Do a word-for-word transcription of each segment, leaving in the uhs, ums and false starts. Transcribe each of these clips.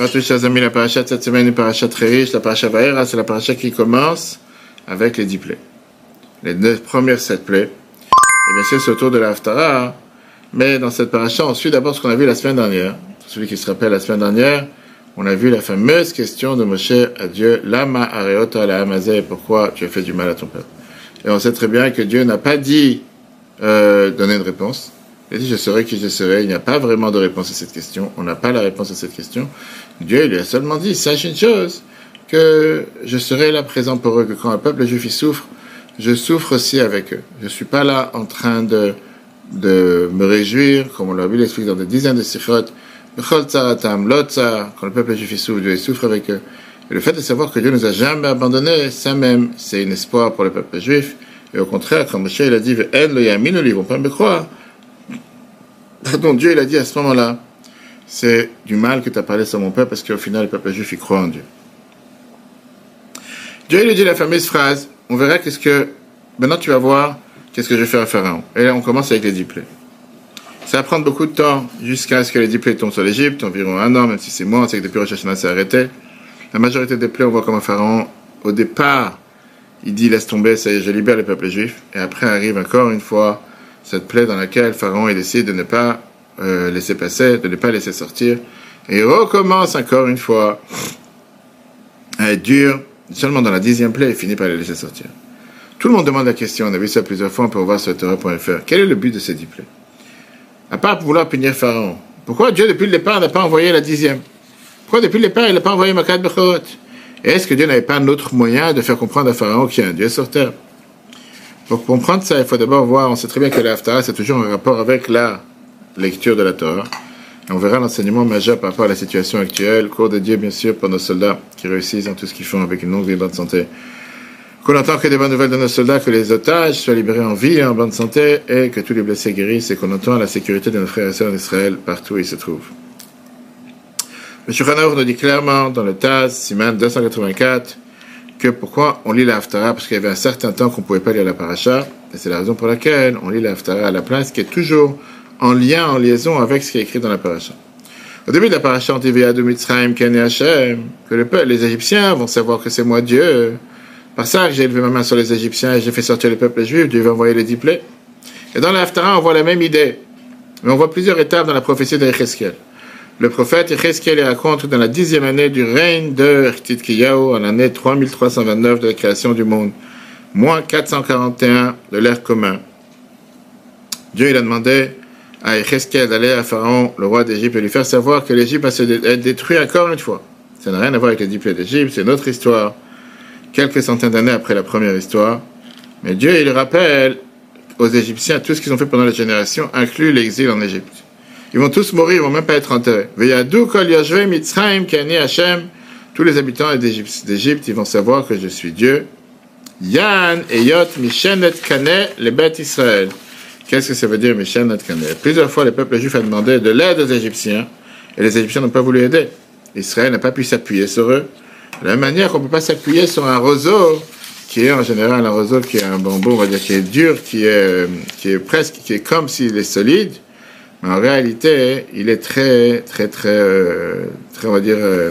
à tous, chers amis. La paracha de cette semaine est une paracha très riche. La paracha Vaera, c'est la paracha qui commence avec les dix plaies. Les neuf premières sept plaies. Et bien sûr, c'est autour de la Haftara. Mais dans cette paracha, on suit d'abord ce qu'on a vu la semaine dernière. Pour celui qui se rappelle, la semaine dernière, on a vu la fameuse question de Moshe à Dieu. Lama areota la hamazeh, pourquoi tu as fait du mal à ton peuple? Et on sait très bien que Dieu n'a pas dit euh, donner une réponse. Il a dit, je serai qui je serai. Il n'y a pas vraiment de réponse à cette question. On n'a pas la réponse à cette question. Dieu lui a seulement dit, sache une chose, que je serai là présent pour eux, que quand un peuple juif il souffre, je souffre aussi avec eux. Je ne suis pas là en train de, de me réjouir, comme on l'a vu l'explique dans des dizaines de sikhot, quand le peuple juif il souffre, Dieu il souffre avec eux. Et le fait de savoir que Dieu ne nous a jamais abandonnés, ça même, c'est un espoir pour le peuple juif. Et au contraire, quand Moshe il a dit, ils ne vont pas me croire. Pardon, Dieu il a dit à ce moment-là, c'est du mal que tu as parlé sur mon peuple, parce qu'au final, le peuple juif, il croit en Dieu. Dieu il lui dit la fameuse phrase, on verra qu'est-ce que, maintenant tu vas voir, qu'est-ce que je vais faire à Pharaon. Et là, on commence avec les dix plaies. Ça va prendre beaucoup de temps, jusqu'à ce que les dix plaies tombent sur l'Égypte, environ un an, même si c'est moins, on sait que depuis Rosh Hashanah, c'est arrêté. La majorité des plaies, on voit comment Pharaon, au départ, il dit, laisse tomber, ça y est, je libère le peuple juif. Et après arrive encore une fois, cette plaie dans laquelle Pharaon il décide de ne pas euh, laisser passer, de ne pas laisser sortir, et il recommence encore une fois à être dur. Seulement dans la dixième plaie, il finit par les laisser sortir. Tout le monde demande la question, on a vu ça plusieurs fois, on peut voir sur Torah point F R. Quel est le but de ces dix plaies? À part vouloir punir Pharaon. Pourquoi Dieu, depuis le départ, n'a pas envoyé la dixième? Pourquoi depuis le départ, il n'a pas envoyé Makat Bechorot? Et est-ce que Dieu n'avait pas un autre moyen de faire comprendre à Pharaon qu'il y a un Dieu sur terre? Pour comprendre ça, il faut d'abord voir, on sait très bien que la Haftara, c'est toujours un rapport avec la lecture de la Torah. Et on verra l'enseignement majeur par rapport à la situation actuelle, cours de Dieu, bien sûr, pour nos soldats qui réussissent dans tout ce qu'ils font avec une longue vie et bonne santé. Qu'on entend que des bonnes nouvelles de nos soldats, que les otages soient libérés en vie et en bonne santé, et que tous les blessés guérissent, et qu'on entend la sécurité de nos frères et sœurs en Israël, partout où ils se trouvent. Le Shulchan Aruch nous dit clairement, dans le Taz, Siman deux cent quatre-vingt-quatre, que pourquoi on lit la Haftara, parce qu'il y avait un certain temps qu'on ne pouvait pas lire la paracha, et c'est la raison pour laquelle on lit la Haftara à la place, qui est toujours en lien, en liaison avec ce qui est écrit dans la paracha. Au début de la paracha, on dit Veyadu Mitzrayim Keni Hashem, que le peuple, les Égyptiens vont savoir que c'est moi Dieu. Par ça que j'ai élevé ma main sur les Égyptiens et j'ai fait sortir le peuple juif, Dieu va envoyer les dix plaies. Et dans la Haftara, on voit la même idée, mais on voit plusieurs étapes dans la prophétie de Yecheskel. Le prophète Yecheskel raconte dans la dixième année du règne de Tzidkiyahu, en l'année trois mille trois cent vingt-neuf de la création du monde, moins quatre cent quarante et un de l'ère commun. Dieu il a demandé à Yecheskel d'aller à Pharaon, le roi d'Égypte, et lui faire savoir que l'Égypte va se dé- être détruite encore une fois. Ça n'a rien à voir avec les dix plaies d'Égypte, c'est une autre histoire, quelques centaines d'années après la première histoire. Mais Dieu il rappelle aux Égyptiens tout ce qu'ils ont fait pendant les générations, inclus l'exil en Égypte. Ils vont tous mourir, ils vont même pas être enterrés. Veyadu kol yoshvei Mitzrayim kani Hashem. Tous les habitants d'Égypte, d'Égypte, ils vont savoir que je suis Dieu. Yan eyot mishenet kane le bet Israël. Qu'est-ce que ça veut dire mishenet kane? Plusieurs fois, le peuple juif a demandé de l'aide aux Égyptiens, et les Égyptiens n'ont pas voulu aider. Israël n'a pas pu s'appuyer sur eux. De la même manière qu'on ne peut pas s'appuyer sur un roseau, qui est en général un roseau qui est un bambou, on va dire, qui est dur, qui est, qui est presque, qui est comme s'il est solide. Mais en réalité, il est très, très, très, euh, très, on va dire, euh,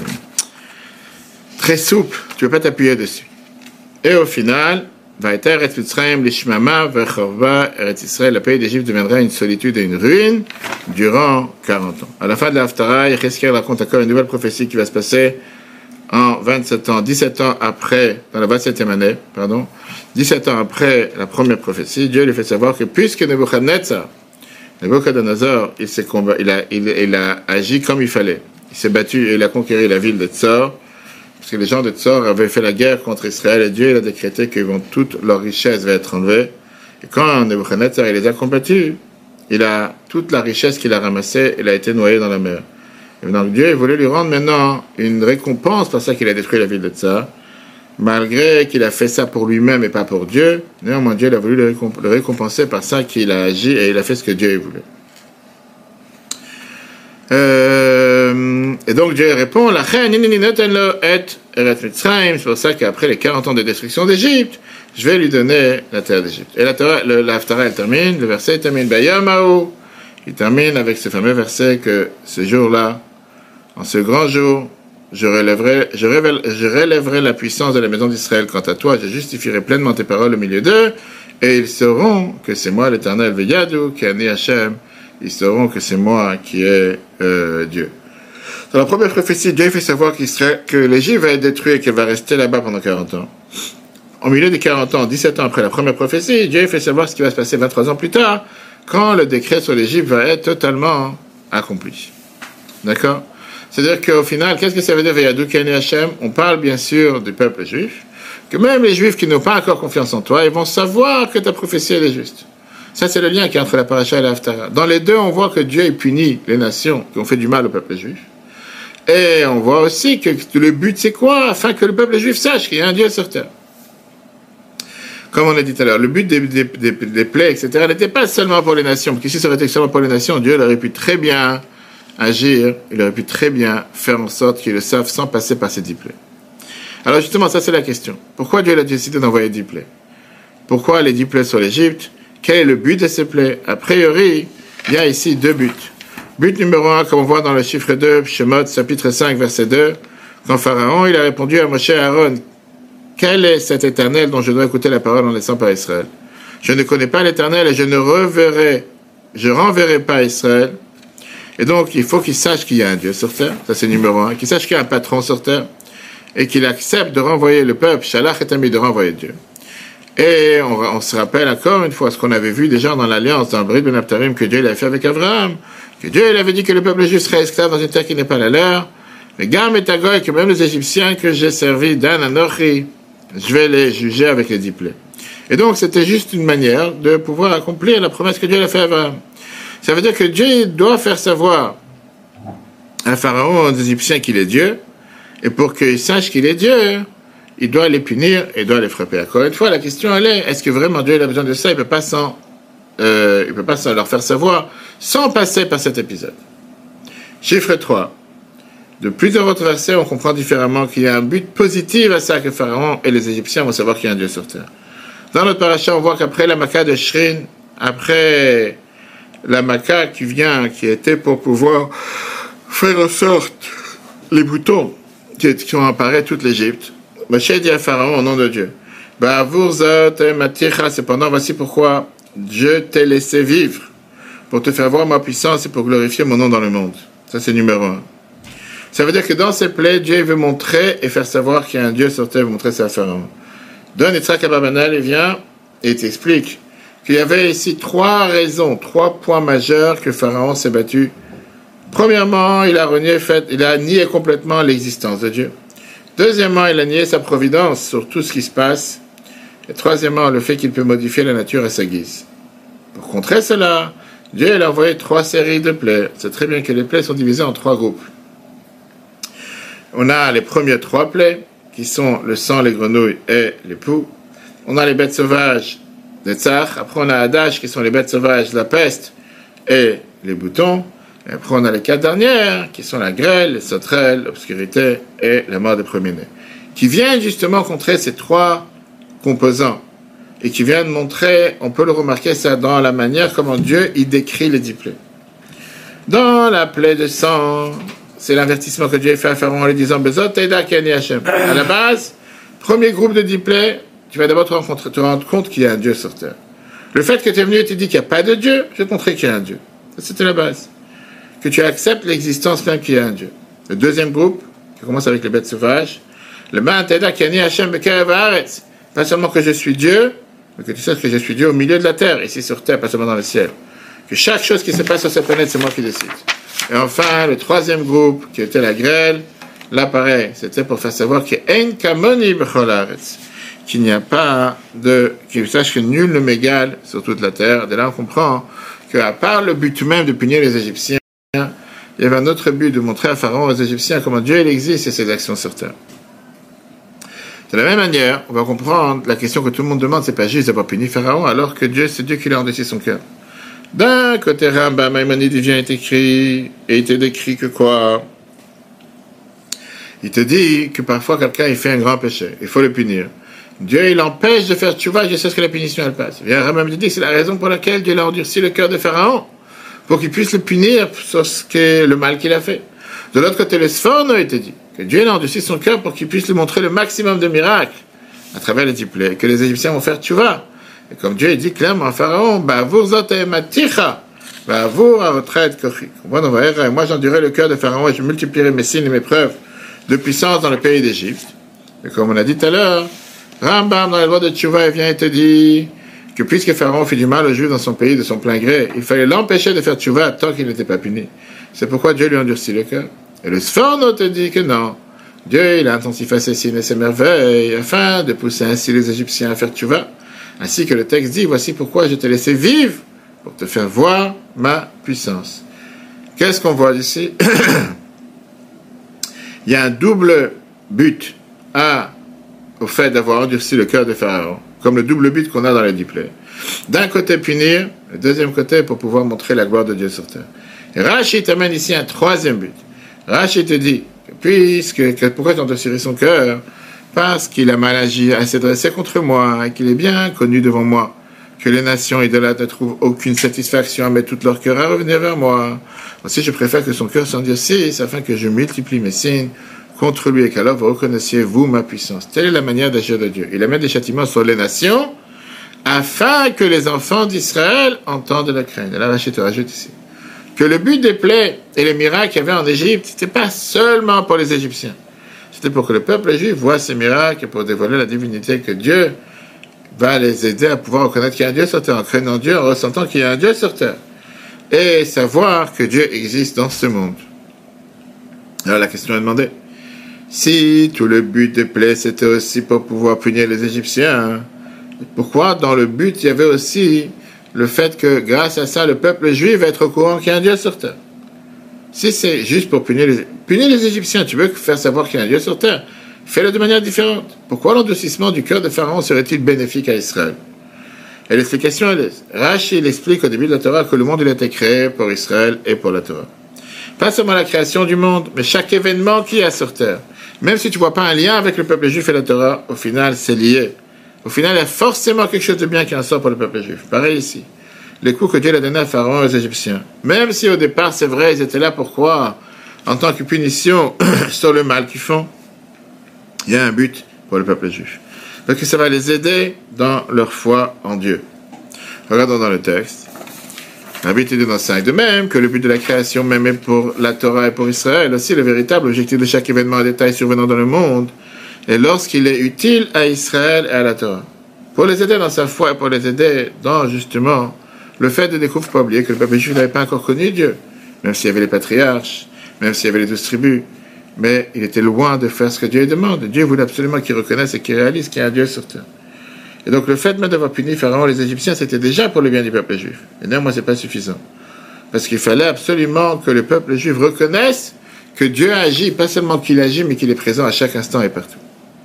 très souple. Tu ne peux pas t'appuyer dessus. Et au final, Vaïta Eretz Mitzrayim l'Ishmama Vechorba Eretz Israël, le pays d'Égypte deviendra une solitude et une ruine durant quarante ans. À la fin de la Haftara, Yecheskel raconte encore une nouvelle prophétie qui va se passer en vingt-sept ans, dix-sept ans après, dans la vingt-septième année, pardon, dix-sept ans après la première prophétie, Dieu lui fait savoir que puisque Nebuchadnezzar Nebuchadnezzar, il s'est combat, il a, il, il a agi comme il fallait. Il s'est battu et il a conquéri la ville de Tsor, parce que les gens de Tsor avaient fait la guerre contre Israël, et Dieu il a décrété que vont, toute leur richesse va être enlevée. Et quand Nebuchadnezzar il les a combattus, il a, toute la richesse qu'il a ramassée, elle a été noyée dans la mer. Et donc Dieu il voulait lui rendre maintenant une récompense, pour ça qu'il a détruit la ville de Tsor. Malgré qu'il a fait ça pour lui-même et pas pour Dieu, néanmoins Dieu il a voulu le, récomp- le récompenser par ça qu'il a agi et il a fait ce que Dieu voulait. Euh, et donc Dieu répond, c'est pour ça qu'après les quarante ans de destruction d'Égypte, je vais lui donner la terre d'Égypte. Et la Torah, le, la Haftara, elle termine, le verset termine, il termine avec ce fameux verset que ce jour-là, en ce grand jour, je relèverai, je, révèle, je relèverai la puissance de la maison d'Israël. Quant à toi, je justifierai pleinement tes paroles au milieu d'eux, et ils sauront que c'est moi l'Éternel, Veyadou, qui a né Hachem. Ils sauront que c'est moi qui est euh, Dieu. Dans la première prophétie, Dieu fait savoir qu'Israël, que l'Égypte va être détruite et qu'elle va rester là-bas pendant quarante ans. Au milieu des quarante ans, dix-sept ans après la première prophétie, Dieu fait savoir ce qui va se passer vingt-trois ans plus tard, quand le décret sur l'Égypte va être totalement accompli. D'accord? C'est-à-dire qu'au final, qu'est-ce que ça veut dire Veyadou Kani Hachem? On parle bien sûr du peuple juif, que même les juifs qui n'ont pas encore confiance en toi, ils vont savoir que ta prophétie elle est juste. Ça, c'est le lien qui est entre la paracha et la haftara. Dans les deux, on voit que Dieu punit les nations qui ont fait du mal au peuple juif. Et on voit aussi que le but, c'est quoi? Afin que le peuple juif sache qu'il y a un Dieu sur terre. Comme on a dit tout à l'heure, le but des, des, des, des plaies, et cetera, n'était pas seulement pour les nations. Parce que si ça aurait été seulement pour les nations, Dieu aurait pu très bien agir, il aurait pu très bien faire en sorte qu'ils le savent sans passer par ces dix plaies. Alors justement, ça c'est la question. Pourquoi Dieu a décidé d'envoyer dix plaies? Pourquoi les dix plaies sur l'Égypte? Quel est le but de ces plaies? A priori, il y a ici deux buts. But numéro un, comme on voit dans le chiffre deux, Shemot, chapitre cinq, verset deux, quand Pharaon, il a répondu à Moshe et à Aaron, quel est cet Éternel dont je dois écouter la parole en laissant par Israël? Je ne connais pas l'Éternel et je ne reverrai, je renverrai pas Israël. Et donc, il faut qu'il sache qu'il y a un Dieu sur terre, ça c'est numéro un, qu'il sache qu'il y a un patron sur terre, et qu'il accepte de renvoyer le peuple, Shalach et Ami, de renvoyer Dieu. Et on, on se rappelle encore une fois ce qu'on avait vu déjà dans l'Alliance, dans le Brit Ben Abtarim, que Dieu l'avait fait avec Abraham, que Dieu il avait dit que le peuple juif serait esclave dans une terre qui n'est pas la leur, mais Gam et Tagoy, que même les Égyptiens que j'ai servis, Dan, Anochi, je vais les juger avec les dix plaies. Et donc, c'était juste une manière de pouvoir accomplir la promesse que Dieu a fait à Abraham. Ça veut dire que Dieu doit faire savoir à Pharaon, aux Égyptiens, qu'il est Dieu, et pour qu'il sache qu'il est Dieu, il doit les punir et il doit les frapper. Encore une fois, la question elle est, est-ce que vraiment Dieu a besoin de ça? Il ne peut pas s'en, euh, il peut pas s'en leur faire savoir sans passer par cet épisode. Chiffre trois. De plusieurs autres versets, on comprend différemment qu'il y a un but positif à ça, que Pharaon et les Égyptiens vont savoir qu'il y a un Dieu sur terre. Dans notre paracha, on voit qu'après la Maca de Shrin, après la Maca qui vient, qui était pour pouvoir faire en sorte les boutons qui, qui ont emparé toute l'Égypte, Moshe dit à Pharaon au nom de Dieu, cependant voici pourquoi je t'ai laissé vivre, pour te faire voir ma puissance et pour glorifier mon nom dans le monde. Ça c'est numéro un. Ça veut dire que dans ces plaies, Dieu veut montrer et faire savoir qu'il y a un Dieu sur terre, il veut montrer ça à Pharaon. Donne Yitzhak Abarbanel, il vient et il t'explique qu'il y avait ici trois raisons, trois points majeurs que Pharaon s'est battu. Premièrement, il a renié, fait, il a nié complètement l'existence de Dieu. Deuxièmement, il a nié sa providence sur tout ce qui se passe. Et troisièmement, le fait qu'il peut modifier la nature à sa guise. Pour contrer cela, Dieu il a envoyé trois séries de plaies. C'est très bien que les plaies sont divisées en trois groupes. On a les premiers trois plaies, qui sont le sang, les grenouilles et les poux. On a les bêtes sauvages, les tsar. Après, on a Hadash, qui sont les bêtes sauvages, la peste et les boutons. Et après, on a les quatre dernières, qui sont la grêle, les sauterelles, l'obscurité et la mort des premiers-nés. Qui viennent justement contrer ces trois composants. Et qui viennent montrer, on peut le remarquer ça dans la manière comment Dieu y décrit les dix plaies. Dans la plaie de sang, c'est l'avertissement que Dieu a fait à Pharaon en lui disant Bezot Teida Kani Hashem. À la base, premier groupe de dix plaies, tu vas d'abord te, rencontrer, te rendre compte qu'il y a un Dieu sur terre. Le fait que tu es venu et tu dis qu'il n'y a pas de Dieu, je vais te montrer qu'il y a un Dieu. Ça, c'était la base. Que tu acceptes l'existence même qu'il y a un Dieu. Le deuxième groupe, qui commence avec les bêtes sauvages, le Man Teida Kani Hashem Bekerev Haaretz. Pas seulement que je suis Dieu, mais que tu saches que je suis Dieu au milieu de la terre, ici sur terre, pas seulement dans le ciel. Que chaque chose qui se passe sur cette planète, c'est moi qui décide. Et enfin, le troisième groupe, qui était la grêle, là pareil, c'était pour faire savoir qu'il n'y a pas de, qu'il sache que nul ne m'égale sur toute la terre. De là, on comprend qu'à part le but même de punir les Égyptiens, il y avait un autre but de montrer à Pharaon, aux Égyptiens, comment Dieu il existe et ses actions sur terre. De la même manière, on va comprendre la question que tout le monde demande, c'est pas juste d'avoir puni Pharaon, alors que Dieu, c'est Dieu qui l'a endurci son cœur. D'un côté, Rambam Maïmonide, il vient est écrit, et il te décrit que quoi? Il te dit que parfois quelqu'un il fait un grand péché, il faut le punir. Dieu, il empêche de faire tchouva, je sais ce que la punition elle passe. Et Rambam dit que c'est la raison pour laquelle Dieu a endurci le cœur de Pharaon, pour qu'il puisse le punir sur ce qu'est le mal qu'il a fait. De l'autre côté, le Sforno, il te dit que Dieu a endurci son cœur pour qu'il puisse lui montrer le maximum de miracles à travers les dix plaies, que les Égyptiens vont faire tchouva. Et comme Dieu dit clairement à Pharaon, Ba'avour zot maticha, Ba'avour à retraite kochi. Moi j'endurerai le cœur de Pharaon et je multiplierai mes signes et mes preuves de puissance dans le pays d'Égypte. Et comme on a dit tout à l'heure, Rambam dans la loi de tchouva, il vient et te dit que puisque Pharaon fit du mal aux Juifs dans son pays de son plein gré, il fallait l'empêcher de faire tchouva tant qu'il n'était pas puni. C'est pourquoi Dieu lui endurcit le cœur. Et le Sforno te dit que non. Dieu, il a intensifié ses signes et ses merveilles afin de pousser ainsi les Égyptiens à faire tchouva. Ainsi que le texte dit, voici pourquoi je t'ai laissé vivre pour te faire voir ma puissance. Qu'est-ce qu'on voit ici? Il y a un double but à, au fait d'avoir endurci le cœur de Pharaon, comme le double but qu'on a dans les dix plaies. D'un côté punir, le deuxième côté pour pouvoir montrer la gloire de Dieu sur terre. Et Rashi t'amène ici un troisième but. Rashi te dit, que puisque, que, pourquoi tu endurcis son cœur? Parce qu'il a mal agi à s'être dressé contre moi, et qu'il est bien connu devant moi, que les nations idolâtres ne trouvent aucune satisfaction à mettre tout leur cœur à revenir vers moi. Aussi, je préfère que son cœur s'endurcisse, afin que je multiplie mes signes contre lui, et qu'alors vous reconnaissiez, vous, ma puissance. Telle est la manière d'agir de Dieu. Il amène des châtiments sur les nations, afin que les enfants d'Israël entendent la crainte. Et là, Rachid te rajoute ici que le but des plaies et les miracles qu'il y avait en Égypte, c'était pas seulement pour les Égyptiens. C'était pour que le peuple juif voit ces miracles et pour dévoiler la divinité, que Dieu va les aider à pouvoir reconnaître qu'il y a un Dieu sur terre, en craignant Dieu, en ressentant qu'il y a un Dieu sur terre. Et savoir que Dieu existe dans ce monde. Alors la question est demandée. Si tout le but des plaies, c'était aussi pour pouvoir punir les Égyptiens, pourquoi dans le but, il y avait aussi le fait que grâce à ça, le peuple juif va être au courant qu'il y a un Dieu sur terre? Si c'est juste pour punir les, punir les Égyptiens, tu veux faire savoir qu'il y a un Dieu sur terre, fais-le de manière différente. Pourquoi l'endurcissement du cœur de Pharaon serait-il bénéfique à Israël? Et l'explication est, Rashi il explique au début de la Torah que le monde il a été créé pour Israël et pour la Torah. Pas seulement la création du monde, mais chaque événement qu'il y a sur terre. Même si tu ne vois pas un lien avec le peuple juif et la Torah, au final, c'est lié. Au final, il y a forcément quelque chose de bien qui en sort pour le peuple juif. Pareil ici. Les coups que Dieu a donnés à Pharaon et aux Égyptiens. Même si au départ, c'est vrai, ils étaient là pour quoi? En tant que punition sur le mal qu'ils font. Il y a un but pour le peuple juif. Parce que ça va les aider dans leur foi en Dieu. Regardons dans le texte. La Bible dit dans cinq. De même que le but de la création, même pour la Torah et pour Israël, aussi le véritable objectif de chaque événement en détail survenant dans le monde, est lorsqu'il est utile à Israël et à la Torah. Pour les aider dans sa foi et pour les aider dans, justement, le fait de découvrir, pas oublier que le peuple juif n'avait pas encore connu Dieu, même s'il y avait les patriarches, même s'il y avait les douze tribus, mais il était loin de faire ce que Dieu lui demande. Dieu voulait absolument qu'il reconnaisse et qu'il réalise qu'il y a un Dieu sur terre. Et donc le fait même d'avoir puni Pharaon et les Égyptiens, c'était déjà pour le bien du peuple juif. Et néanmoins, c'est pas suffisant. Parce qu'il fallait absolument que le peuple juif reconnaisse que Dieu agit, pas seulement qu'il agit, mais qu'il est présent à chaque instant et partout.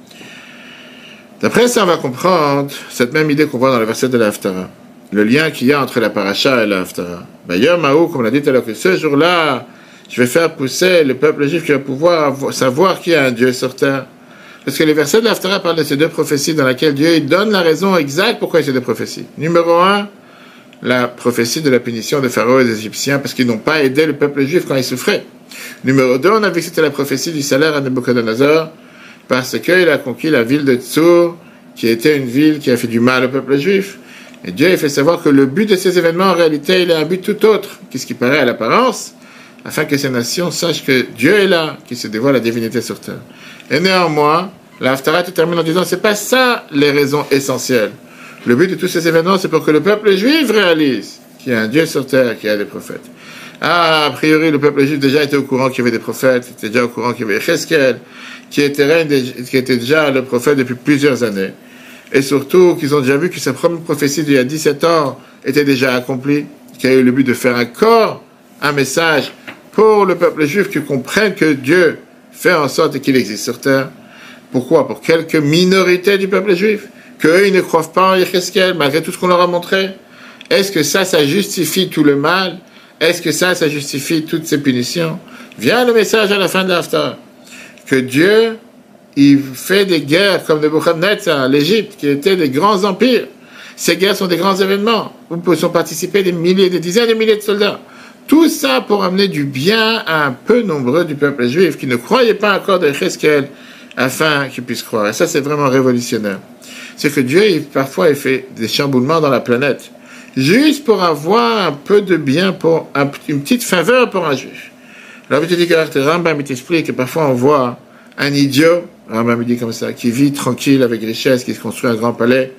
D'après ça, on va comprendre cette même idée qu'on voit dans le verset de la Haftarah. Le lien qu'il y a entre la paracha et la Haftarah. D'ailleurs, Mahou, comme on l'a dit tout à l'heure, que ce jour-là, je vais faire pousser le peuple juif qui va pouvoir savoir qu'il y a un Dieu sur terre. Parce que les versets de la Haftarah parlent de ces deux prophéties dans lesquelles Dieu il donne la raison exacte pourquoi il y a ces deux prophéties. Numéro un, la prophétie de la punition de Pharaon et des Égyptiens parce qu'ils n'ont pas aidé le peuple juif quand il souffrait. Numéro deux, on a vu que c'était la prophétie du salaire à Nebuchadnezzar parce qu'il a conquis la ville de Tsour, qui était une ville qui a fait du mal au peuple juif. Et Dieu a fait savoir que le but de ces événements, en réalité, il a un but tout autre, qu'est-ce qui paraît à l'apparence, afin que ces nations sachent que Dieu est là, qu'il se dévoile la divinité sur terre. Et néanmoins, la Haftarah termine en disant, c'est pas ça les raisons essentielles. Le but de tous ces événements, c'est pour que le peuple juif réalise qu'il y a un Dieu sur terre, qu'il y a des prophètes. Ah, a priori, le peuple juif déjà était au courant qu'il y avait des prophètes, était déjà au courant qu'il y avait Cheskel, qui était, qui était déjà le prophète depuis plusieurs années. Et surtout, qu'ils ont déjà vu que sa première prophétie d'il y a dix-sept ans était déjà accomplie, qui a eu le but de faire encore un message pour le peuple juif qui comprenne que Dieu fait en sorte qu'il existe sur terre. Pourquoi? Pour quelques minorités du peuple juif, qu'eux, ils ne croient pas en Yecheskel, malgré tout ce qu'on leur a montré. Est-ce que ça, ça justifie tout le mal? Est-ce que ça, ça justifie toutes ces punitions? Vient le message à la fin de l'Haftarah, que Dieu, il fait des guerres comme Nebuchadnezzar, l'Égypte, qui étaient des grands empires. Ces guerres sont des grands événements, où sont participés des milliers, des dizaines de milliers de soldats. Tout ça pour amener du bien à un peu nombreux du peuple juif qui ne croyait pas encore de Cheskel afin qu'ils puissent croire. Et ça, c'est vraiment révolutionnaire. C'est que Dieu, il, parfois, il fait des chamboulements dans la planète juste pour avoir un peu de bien, pour un, une petite faveur pour un juif. Alors, il te dit que Rambam, il t'explique que parfois on voit un idiot, Rambam dit comme ça, qui vit tranquille avec richesse, qui se construit un grand palais,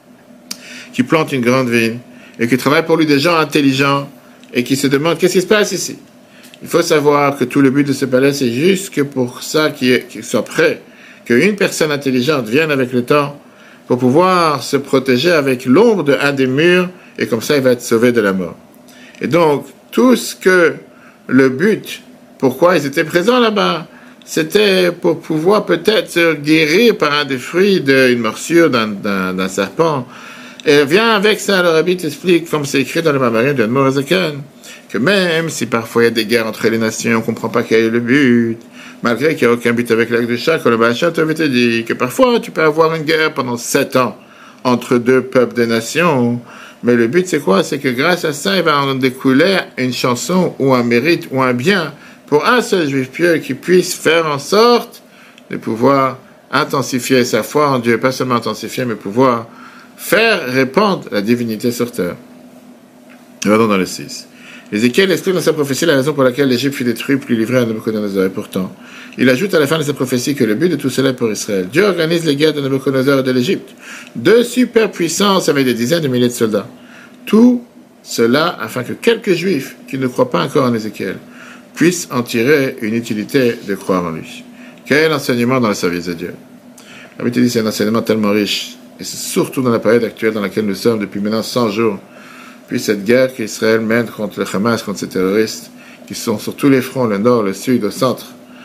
qui plante une grande vigne, et qui travaille pour lui des gens intelligents, et qui se demandent qu'est-ce qui se passe ici. Il faut savoir que tout le but de ce palais, c'est juste que pour ça qu'il soit prêt, qu'une personne intelligente vienne avec le temps, pour pouvoir se protéger avec l'ombre de un des murs, et comme ça, il va être sauvé de la mort. Et donc, tout ce que le but, pourquoi ils étaient présents là-bas, c'était pour pouvoir peut-être se guérir par un des fruits d'une morsure d'un, d'un, d'un serpent. Et vient avec ça, le rabbi t'explique, comme c'est écrit dans le Mamarim de Admor Hazakan, que même si parfois il y a des guerres entre les nations, on ne comprend pas quel est le but, malgré qu'il n'y a aucun but avec l'acte de chaque, le Baal Shem Tov te dit que parfois tu peux avoir une guerre pendant sept ans entre deux peuples des nations, mais le but c'est quoi? C'est que grâce à ça, il va en découler une chanson ou un mérite ou un bien pour un seul juif pieux qui puisse faire en sorte de pouvoir intensifier sa foi en Dieu, pas seulement intensifier, mais pouvoir faire répandre la divinité sur terre. Regardons dans le six. Ézéchiel explique dans sa prophétie la raison pour laquelle l'Égypte fut détruite puis livrée à Nabuchodonosor. Et pourtant, il ajoute à la fin de sa prophétie que le but de tout cela est pour Israël. Dieu organise les guerres de Nabuchodonosor et de l'Égypte. Deux superpuissances avec des dizaines de milliers de soldats. Tout cela afin que quelques juifs qui ne croient pas encore en Ézéchiel puissent en tirer une utilité de croire en lui. Quel enseignement dans le service de Dieu? La Bible dit c'est un enseignement tellement riche, et c'est surtout dans la période actuelle dans laquelle nous sommes depuis maintenant cent jours. Puis cette guerre qu'Israël mène contre le Hamas, contre ces terroristes, qui sont sur tous les fronts, le nord, le sud, le centre.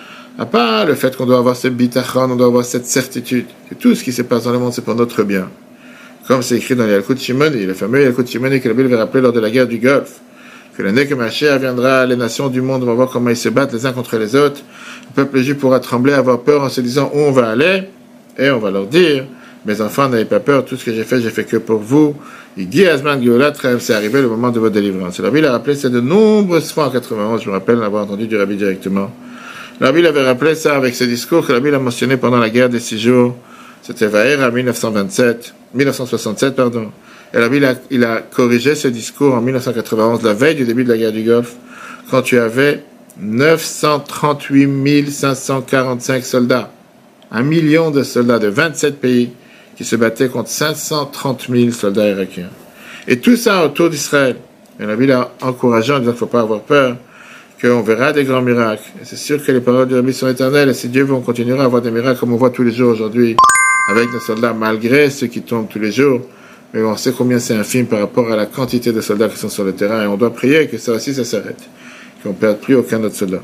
À part le fait qu'on doit avoir cette bitachon, on doit avoir cette certitude, que tout ce qui se passe dans le monde, c'est pour notre bien. Comme c'est écrit dans Yalkut Shimoni, le fameux Yalkut Shimoni que la Bible avait rappelé lors de la guerre du Golfe, que l'année que Mashiach viendra, les nations du monde vont voir comment ils se battent les uns contre les autres. Le peuple juif pourra trembler, avoir peur en se disant où on va aller, et on va leur dire, mes enfants, n'ayez pas peur, tout ce que j'ai fait, j'ai fait que pour vous. Igi Azman Geulat, c'est arrivé le moment de votre délivrance. Le Rabbi l'a rappelé ça de nombreuses fois en quatre-vingt-onze, je me rappelle l'avoir entendu du Rabbi directement. Le Rabbi avait rappelé ça avec ce discours que le Rabbi l'a mentionné pendant la guerre des six jours. C'était Vaher à mille neuf cent vingt-sept, mille neuf cent soixante-sept, pardon. Et le Rabbi, il a, il a corrigé ce discours en mille neuf cent quatre-vingt-onze, la veille du début de la guerre du Golfe, quand tu avais neuf cent trente-huit mille cinq cent quarante-cinq soldats. Un million de soldats de vingt-sept pays qui se battaient contre cinq cent trente mille soldats irakiens. Et tout ça autour d'Israël. Et la Bible a encouragé en disant qu'il ne faut pas avoir peur, qu'on verra des grands miracles. Et c'est sûr que les paroles du Rabbi sont éternelles, et si Dieu veut, on continuera à avoir des miracles comme on voit tous les jours aujourd'hui, avec nos soldats, malgré ceux qui tombent tous les jours. Mais on sait combien c'est infime par rapport à la quantité de soldats qui sont sur le terrain, et on doit prier que ça aussi, ça s'arrête, qu'on ne perde plus aucun autre soldat.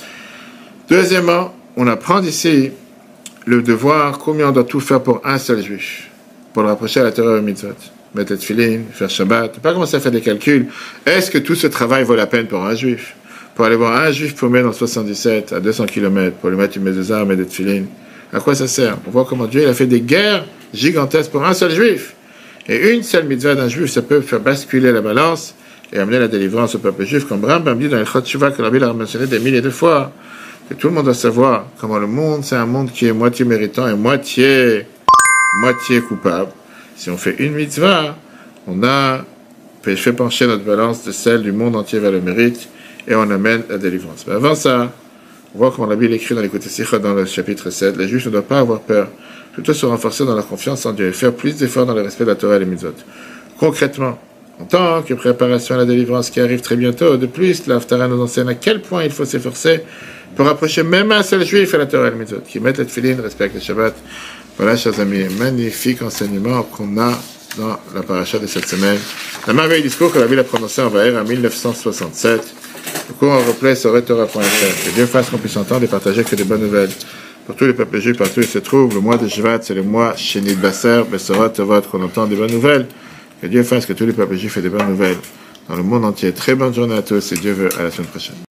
Deuxièmement, on apprend d'ici le devoir, combien on doit tout faire pour un seul juif, pour le rapprocher à la Torah et au mitzvot. Mettre les tefilin, faire Shabbat, pas commencer à faire des calculs. Est-ce que tout ce travail vaut la peine pour un juif? Pour aller voir un juif paumé dans soixante-dix-sept à deux cents kilomètres, pour lui mettre une mezuzah, mettre des tefilin, à quoi ça sert? On voit comment Dieu il a fait des guerres gigantesques pour un seul juif. Et une seule mitzvah d'un juif, ça peut faire basculer la balance et amener la délivrance au peuple juif, comme Rambam dit dans le Chot Shuvah, que la Bible a mentionné des milliers de fois. Que tout le monde doit savoir comment le monde, c'est un monde qui est moitié méritant et moitié, moitié coupable. Si on fait une mitzvah, on a fait pencher notre balance de celle du monde entier vers le mérite et on amène la délivrance. Mais avant ça, on voit comment la Bible écrit dans l'écoute Sicha dans le chapitre sept, les Juifs ne doivent pas avoir peur, plutôt se renforcer dans leur confiance en Dieu et faire plus d'efforts dans le respect de la Torah et les mitzvot. Concrètement, en tant que préparation à la délivrance qui arrive très bientôt, de plus, l'Haftara nous enseigne à quel point il faut s'efforcer pour approcher même un seul juif à la Torah et les mitzvot, qui mettent les tefilin, respectent le Shabbat. Voilà, chers amis, magnifique enseignement qu'on a dans la paracha de cette semaine. La merveille discours que la Bible a prononcé en Vaher en mille neuf cent soixante-sept. Le cours en replay sur Torah point f r. Que Dieu fasse qu'on puisse entendre et partager que des bonnes nouvelles. Pour tous les peuples juifs, partout où ils se trouvent, le mois de Shvat, c'est le mois Shenit Basar, Besorot, Tovot, qu'on entend des bonnes nouvelles. Que Dieu fasse que tous les peuples juifs aient des bonnes nouvelles dans le monde entier. Très bonne journée à tous et Dieu veut à la semaine prochaine.